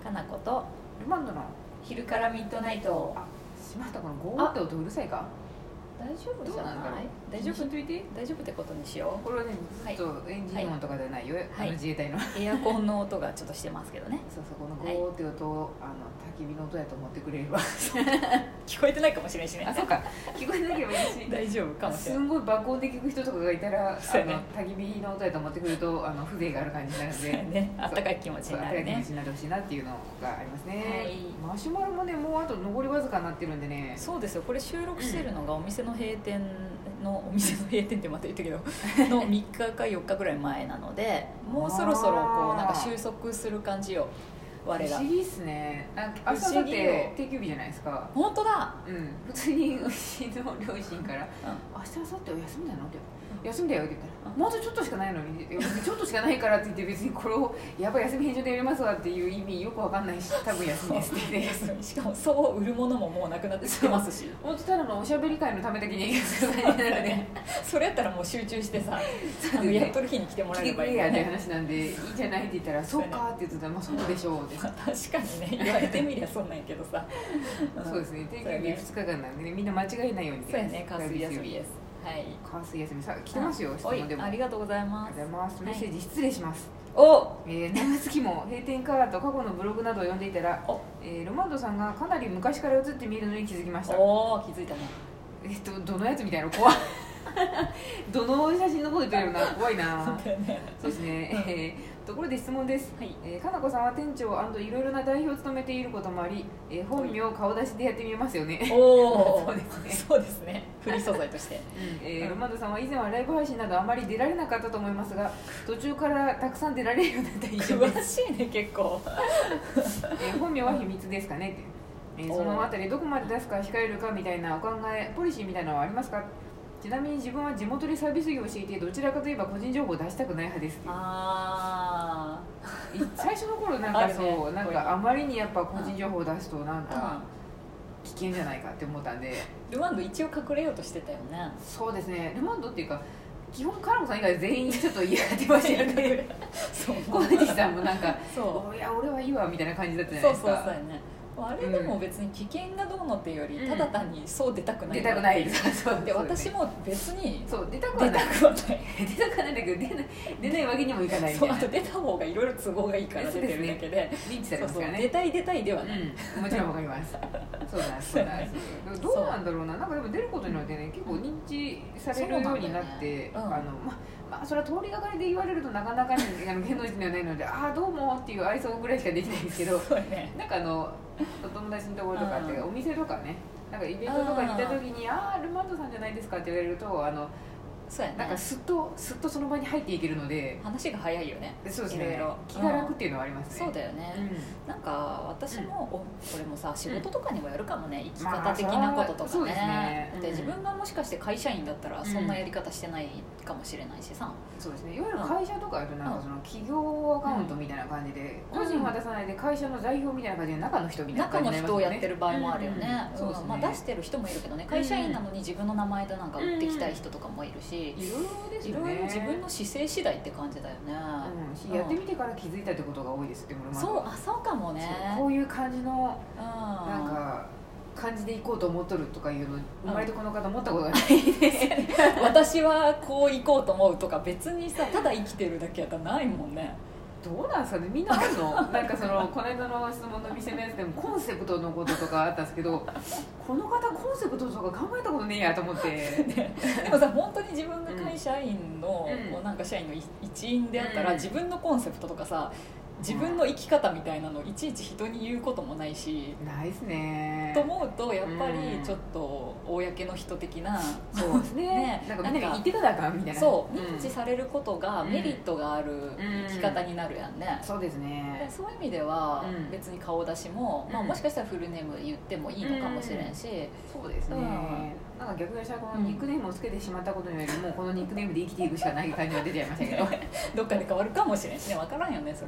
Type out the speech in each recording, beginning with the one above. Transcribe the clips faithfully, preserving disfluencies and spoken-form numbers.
かなことルマンドの昼からミッドナイト。 あ、しまった、このゴーって音うるさいか。 大丈夫じゃどうなんだろうない？大丈夫気にしといて。 大丈夫ってことにしよこれはね、ずっとエンジン音とかじゃないよ、 はいあの自衛隊の、 う。エアコンの音がちょっとしてますけどね。 そうそう、このゴーって音を、あの焚き火の音やと思ってくれれば聞こえてないかもしれんしね。 あ、そうか、聞こえなければいいし大丈夫かもしれすない。 んごい爆音で聞く人とかがいたら、 そうやね、 あの焚き火の音やと思ってくると、あの風情がある感じになるのでね、あったかい気持ちになるねそうあったかい気持ち。になってほしいなっていうのがありますね、 はい、 マシュマロもね、もうあと残りわずかになってるんでね。 そうですよ。これ収録してるのがお店の閉店の、お店の閉店ってまた言ったけどのみっかかよっかぐらい前なので、もうそろそろこうなんか収束する感じよ、我ら。 不思議っすね。なんか明日だっ不思議よて定休日じゃないですか。 本当だ。 うん普通にうちの両親から「明日明後日お休みなの?」って「休みだよ」って言ったら「まだちょっとしかないのに」ちょっとしかないから」って言って、別にこれを「やばい休み返上でやりますわ」っていう意味よくわかんないし、多分休みですって言ってしかもそう売るものももうなくなってきてますし、 本当ただのおしゃべり会のためだけに営業する感じになるのでそれやったらもう集中してさ、あのやっとる日に来てもらえれ来てくればいいよね。 やっていう話なんで「いいじゃない」って言ったら「そうか」って言ってたら「まあそうでしょう」って確かにね、言われてみりゃそうなんやけどさそうですね、定休日そうやねふつかかんなんでね、みんな間違えないようにそうやね、火水休みです。はい、 火水休みさ来てますよ、質おい問でも。 ありがとうございまありがとうす。 ございます。メッセージはい失礼します。 おえー、長月も閉店かと過去のブログなどを読んでいたら、 おえー、ロマンドさんがかなり昔から映って見るのに気づきました。 おー、気づいたね。 えっとどのやつみたいなの怖いどの写真のこと言ってるような怖いな。 そうだよね。 そうですね、えーところで質問です、 はいえー、かなこさんは店長いろいろな代表を務めていることもあり、えー、本名顔出しでやってみますよね。 おおそうですね、 そうですね。フリー素材として。 えー、ロマンドさんは以前はライブ配信などあまり出られなかったと思いますが、途中からたくさん出られるようになった印象で詳す、 しいね、結構。 えー、本名は秘密ですかねって、えー、そのあたりどこまで出すか控えるかみたいなお考えポリシーみたいなのはありますか。ちなみに自分は地元でサービス業をしていて、どちらかといえば個人情報を出したくない派ですって。 あい最初の頃なんかそう、 あるねなんかあまりにやっぱ個人情報を出すとなんあ、 か危険じゃないかって思ったんで、 ルワンド一応隠れようとしてたよね。 そうですね、ルマンドっていうか基本カナコさん以外全員ちょっと嫌がってましたよねそう小藤さんもなんかそういや俺はいいわみたいな感じだったじゃなそうそういですか。 そうやね。あれでも別に危険がどうのっていうより、 うんただ単にそう出たくない出たくないそうで、私も別にそう出たく出はないたくはない出たくはないんだけど出ない出ないわけにもいかないみたいな。 そう、あと出た方がいろいろ都合がいいから出てるだけで、 認知されそうそう、 ますからね。 出たい出たいではない、 うん、もちろんわかります。そうなんです、そうなんです。どうなんだろうな、なんかでも出ることによってね、結構認知されるようになって、 そうなんだよねうんあのままあそれは通りがかりで言われるとなかなかにあの芸能人ではないので、ああどうもっていう愛想ぐらいしかできないんですけど、 そうやね。 なんかあのお友達のところとかって、 うんお店とかね、なんかイベントとかに行った時に、ああルマンドさんじゃないですかって言われると、あのそうやね。 なんかすっとすっとその場に入っていけるので、 話が早いよね。 そうですね、 いろいろ気が楽っていうのはありますね。 そうだよね、 うんなんか私も、おこれもさ仕事とかにもやるかもね、生きまあ方的なこととかそうね,、 ですねうんで自分がもしかして会社員だったらそんなやり方してないかもしれないしさ、 そうですね、いわゆる会社とかだとなんかその企業アカウントみたいな感じで、 うん個人は出さないで会社の代表みたいな感じで中の人みたいな中の感じになりますよね。 人をやってる場合もあるよね、 うんそうですねまあ、出してる人もいるけどね、会社員なのに自分の名前でなんか売ってきたい人とかもいるし、 いろいろですいよね。 ろいろ自分の姿勢次第って感じだよね、 うんしやってみてから気づいたってことが多いですって、俺もそう、あ、そうかもね、 そうこういう感じのうん、 なんか感じでいこうと思っとるとかいうの生まれてこの方思ったことがないで、 私はこう行こうと思うとか別にさ、ただ生きてるだけやったらないもんね。 どうなんですかね、みんなあるのなんかそのこの間の質問の店のやつでもコンセプトのこととかあったんですけど、この方コンセプトとか考えたことねえやと思ってでもさ、本当に自分が会社員の、 うんこうなんか社員の一員であったら、 うん自分のコンセプトとかさ、自分の生き方みたいなのいちいち人に言うこともないし、 ないですねと思うとやっぱりうんちょっと公の人的な、 そうですねねなんかみんなに言ってかなあかんみたいな、 そううん認知されることがメリットがある生き方になるやんね、 そうですでね、 そういう意味ではうん別に顔出しも、まあ、 うんもしかしたらフルネーム言ってもいいのかもしれんし、 そうですね、 うんなんか逆にしたらこのニックネームをつけてしまったことによりもうこのニックネームで生きていくしかない感じが出ちゃいましたけどどっかで変わるかもしれんしね、分からんよね、それはね。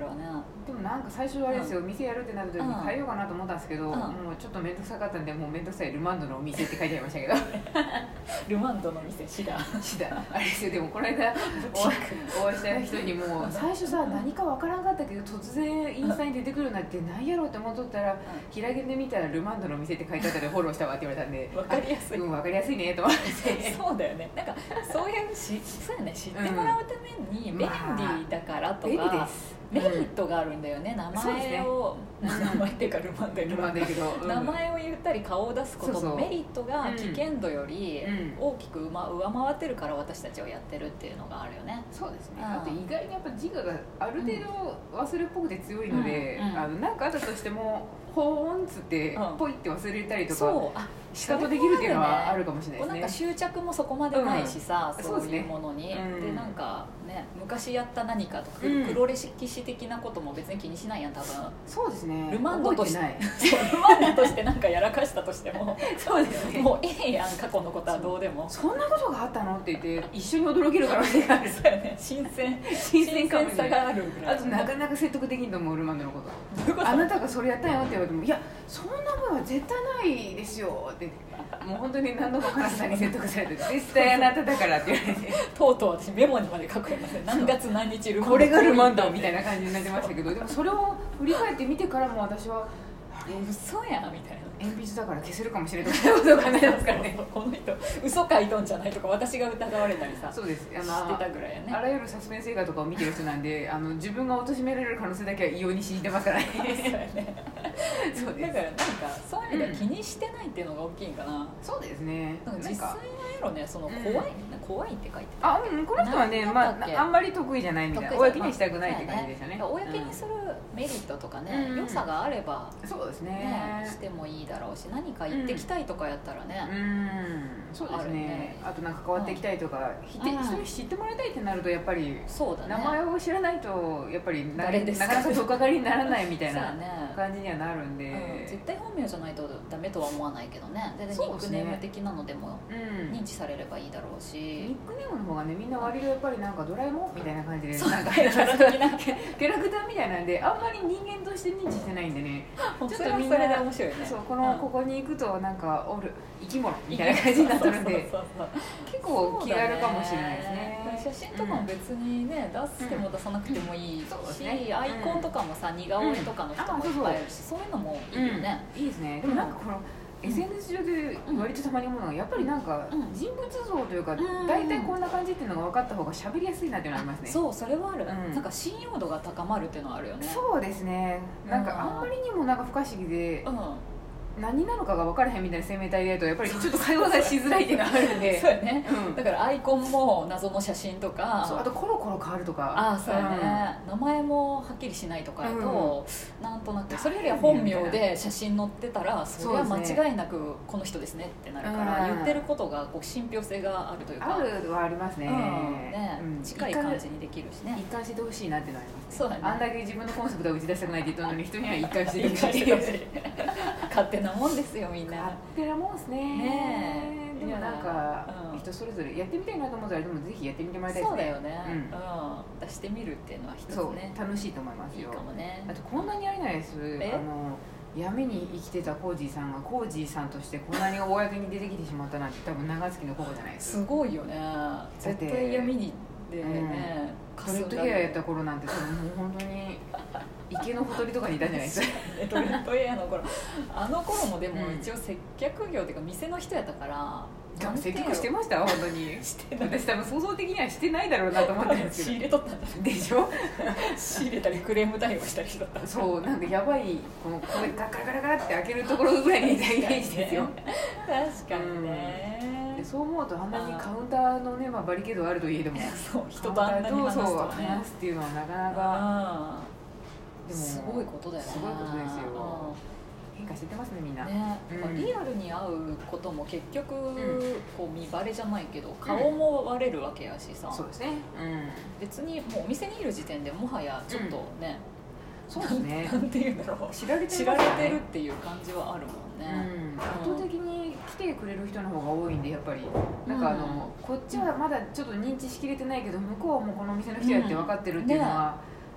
でもなんか最初はあれですよ、うん、店やるってなった時に変えようかなと思ったんですけど、うん、もうちょっと面倒くさかったんでもう面倒くさいルマンドのお店って書いてありましたけどルマンドの店シダシダあれですよ。でもこの間お会いした人にも最初さ何かわからんかったけど突然インスタに出てくるようになって何やろうって思っとったら、うん、平げで見たらルマンドの店って書いてあったらフォローしたわって言われたんで分かりやすい、 うん、分かりやすいねと思ってそうだよね。なんかそういうしそうやね、知ってもらうために便利だからとか、 便利ですメリットがあるんだよね、名前を、ね、名前っていうかルマンドルマンドやけど、 うん、名前を言ったり顔を出すことのメリットが危険度より大きく上回ってるから私たちはやってるっていうのがあるよね。 そうですね、うん、あと意外にやっぱ自我がある程度忘れっぽくて強いので、うんうん、あのなんかあったとしてもほーんっつってポイって忘れたりとか、うん、仕方できるっていうのはあるかもしれないですね。 なんか執着もそこまでないしさ、うん、そういうものに、うん、でなんかね昔やった何かとか、うん、黒歴史的なことも別に気にしないやん多分。 そうですね、 ルマンドとしてルマンドとしてなんかやらかしたとしてもそうですね、 もうええやん過去のことはどうでも。 そんなことがあったのって言って一緒に驚ける可能性があるそうよね、新鮮新鮮感さがあるぐらい。 あとなかなか説得できんと思うルマンドのこと。あなたがそれやったんよって言われてもいやそんな分は絶対ないですよってもう本当に何度も彼女さんに説得されて絶対あなただからって言われてとうとう私メモにまで書くようになって何月何日ルマンドこれがルマンドみたいな感じになってましたけどでもそれを振り返ってみてからも私は嘘やんみたいな、 鉛筆だから消せるかもしれないことを考えますからねこの人嘘書いとんじゃないとか私が疑われたりさ。 そうですあのしてたぐらいやね。 あらゆるサスペンス映画とかを見てる人なんであの自分が貶められる可能性だけは異様に信じてますからねそうやねそうです。だからなんかそういう意味では気にしてないっていうのが大きいんかな、うん、 そうですね。 なんか実際はやろねその怖い、うん、怖いって書いてた。 あ、うん、この人はね、まあ、あんまり得意じゃないみたいな公にしたくないって感じでしたね。 公にするメリットとかね、うん、良さがあればそうですね、 ねしてもいいだろうし何か言ってきたいとかやったらね、 うん、うん、そうですね、ね。あとなんか変わっていきたいとか、うん、人に知ってもらいたいってなるとやっぱりそうだ、ね、名前を知らないとやっぱり な, なかなかとっかかりにならないみたいな感じにはなるんで、 うん、絶対本名じゃないとダメとは思わないけどね。全然ニックネーム的なのでも認知されればいいだろうし、うん、 ニックネームの方がねみんな割とやっぱりなんかドラえもんみたいな感じでなんかキャラ的なキャラクターみたいなんであんまり人間として認知してないんでねちょっとみんなで面白いね。 そうこの、うん、ここに行くとなんかおる生き物みたいな感じになってるんで結構気軽かもしれないですね。 写真とかも別にね、うん、出しても出さなくてもいいし、うんね、アイコンとかもさ似顔絵とかの人もいっぱいいるし、そういうのもいいよね、 うん、いいですね。でもなんかこのエスエヌエス 上で割とたまに思うのがやっぱりなんか人物像というか大体こんな感じっていうのが分かった方が喋りやすいなっていうのがありますね。 そうそれはある、うん、なんか信用度が高まるっていうのはあるよね。 そうですね。なんかあんまりにもなんか不可思議で、うん何なのかが分からへんみたいな生命体でやるとやっぱりちょっと会話がしづらいっていうのがあるんでそうやね、うん、だからアイコンも謎の写真とかそうあとコロコロ変わるとかああそうやね、うん、名前もはっきりしないとかやと、うん、なんとなくそれよりは本名で写真載ってたらそれは間違いなくこの人ですねってなるから、うん、言ってることがこう信憑性があるというかあるはありますね、 うんねうん、近い感じにできるしね。 一貫してほしいなっていうのはありますね。 そうだね。 あんだけ自分のコンセプトを打ち出したくないって言ったのに人には一貫してほしい勝手なもんですよみんな。 勝手なもんですね。 ねえでもなんか、うん、人それぞれやってみたいなと思ったらでもぜひやってみてもらいたいですね。 そうだよね、うんうん、出してみるっていうのは一つね楽しいと思いますよ。 いいかもね。 あとこんなにあれないです。あの闇に生きてたコージーさんがコージーさんとしてこんなに公に出てきてしまったなんて多分長月の頃じゃないですか。 すごいよね。絶対闇にでね、 トレッドヘアやった頃なんて多分もう本当に池のほとりとかにいたんじゃないですかトレッドヘアの頃あの頃もでも一応接客業っていうか店の人やったから接客してました本当にしてない。私多分想像的にはしてないだろうなと思ったんですけど仕入れとったんだでしょ仕入れたりクレーム対応したりしとったそうなんかやばいこのこれガラガラガラって開けるところぐらいにいたイメージですよ確かにね、 うん、そう思うとあんなにカウンターのね、まあ、バリケードあるといえどもそう人とあんなに話すと、ね、そう話すっていうのはなかなかでもすごいことだよね。 すごいことですよ。変化してますねみんな、 ねうん、リアルに会うことも結局、うん、こう見バレじゃないけど顔も割れるわけやしさ、 うん、そうですね、うん、 別にもうお店にいる時点でもはやちょっとね、 うん、そうですねなんていうんだろう知られてる、 知られてるっていう感じはあるもんね、 うん、圧倒的に来てくれる人の方が多いんでやっぱりなんかあの、うん、こっちはまだちょっと認知しきれてないけど向こうはもうこのお店の人やって分かってるっていうのは、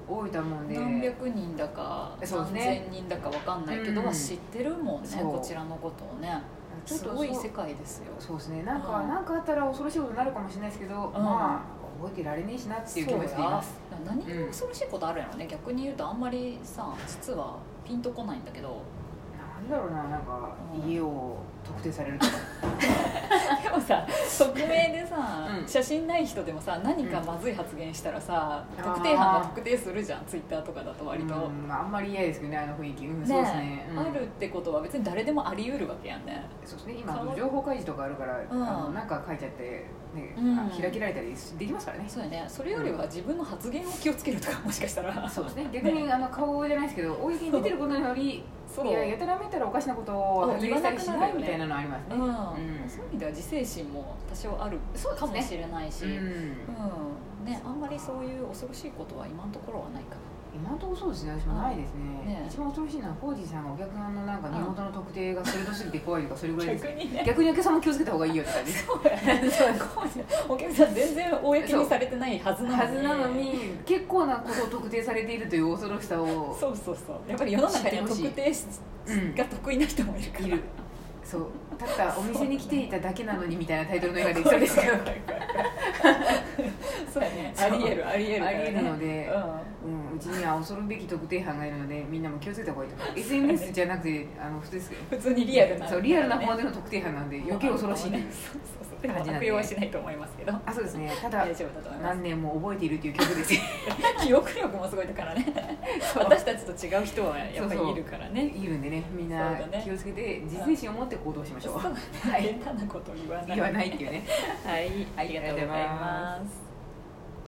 多いと思うんで何百人だか何そうですね千人だか分かんないけど、 うん知ってるもんね、 そうこちらのことをね。 ちょっとすごい世界ですよ。 そうですね、なんか、 うんなんかあったら恐ろしいことになるかもしれないですけど、まあ覚えてられねえしなっていう気持ちでいます。 何が恐ろしいことあるんやろね、逆に言うとあんまりさ実はピンとこないんだけど。 なんだろうな、なんか、 うん、 家を特定されるとかでもさ匿名でさ、 うん、 写真ない人でもさ何かまずい発言したらさ、 うん、 特定班が特定するじゃん、ツイッターとかだと割と、 うん、あんまり嫌ですけどね、あの雰囲気、うん、 ね、 そうですね、うん、 あるってことは別に誰でもあり得るわけやんね。 そうですね、今情報開示とかあるから、 うん、 あのなんか書いちゃって、ね、うん、開けられたりできますからね。 そうやね、それよりは自分の発言を気をつけるとかもしかしたら、 そうですね、逆にあの顔じゃないですけど公に出てることによりいややたらめったらおかしなことを発言したりしないみたいなのありますね、 うんうん、 うん、 そういう意味では自制心も多少あるかもしれないし、う、ね、うん、ね、あんまりそういう恐ろしいことは今のところはないかな。 今のところそうですね、私もないですね、 ね、 一番恐ろしいのはコージーさんがお客さんのなんか身元の特定が鋭すぎて怖いとかそれぐらいです。 逆にね、 逆にお客さんも気をつけた方がいいよとかね。 そうやねお客さん全然公にされてないはずなのに、 はずなのに結構なことを特定されているという恐ろしさをそうそうそう、やっぱり世の中には特定が得意な人もいるから、 いる。そう、たったお店に来ていただけなのにみたいなタイトルの映画でそうですけどそうやね、ありえるありえる、 ありえるので、 うんうん、うちには恐るべき特定班がいるのでみんなも気をつけた方がいいと思う。 エスエヌエス じゃなくてあの普通ですけど、 普通にリアルな、 そうリアルな方での特定班なんで余計恐ろしいね。 そうそうそう、でも悪用はしないと思いますけど、 あ、そうですね、ただ大丈夫だと思います。 何年も覚えているという曲です記憶力もすごいからね私たちと違う人はやっぱりいるからね、 いるんでね、みんな気をつけて自制心を持って行動しましょう。 そう、変なこと言わない言わないっていうね。 はい、ありがとうございます。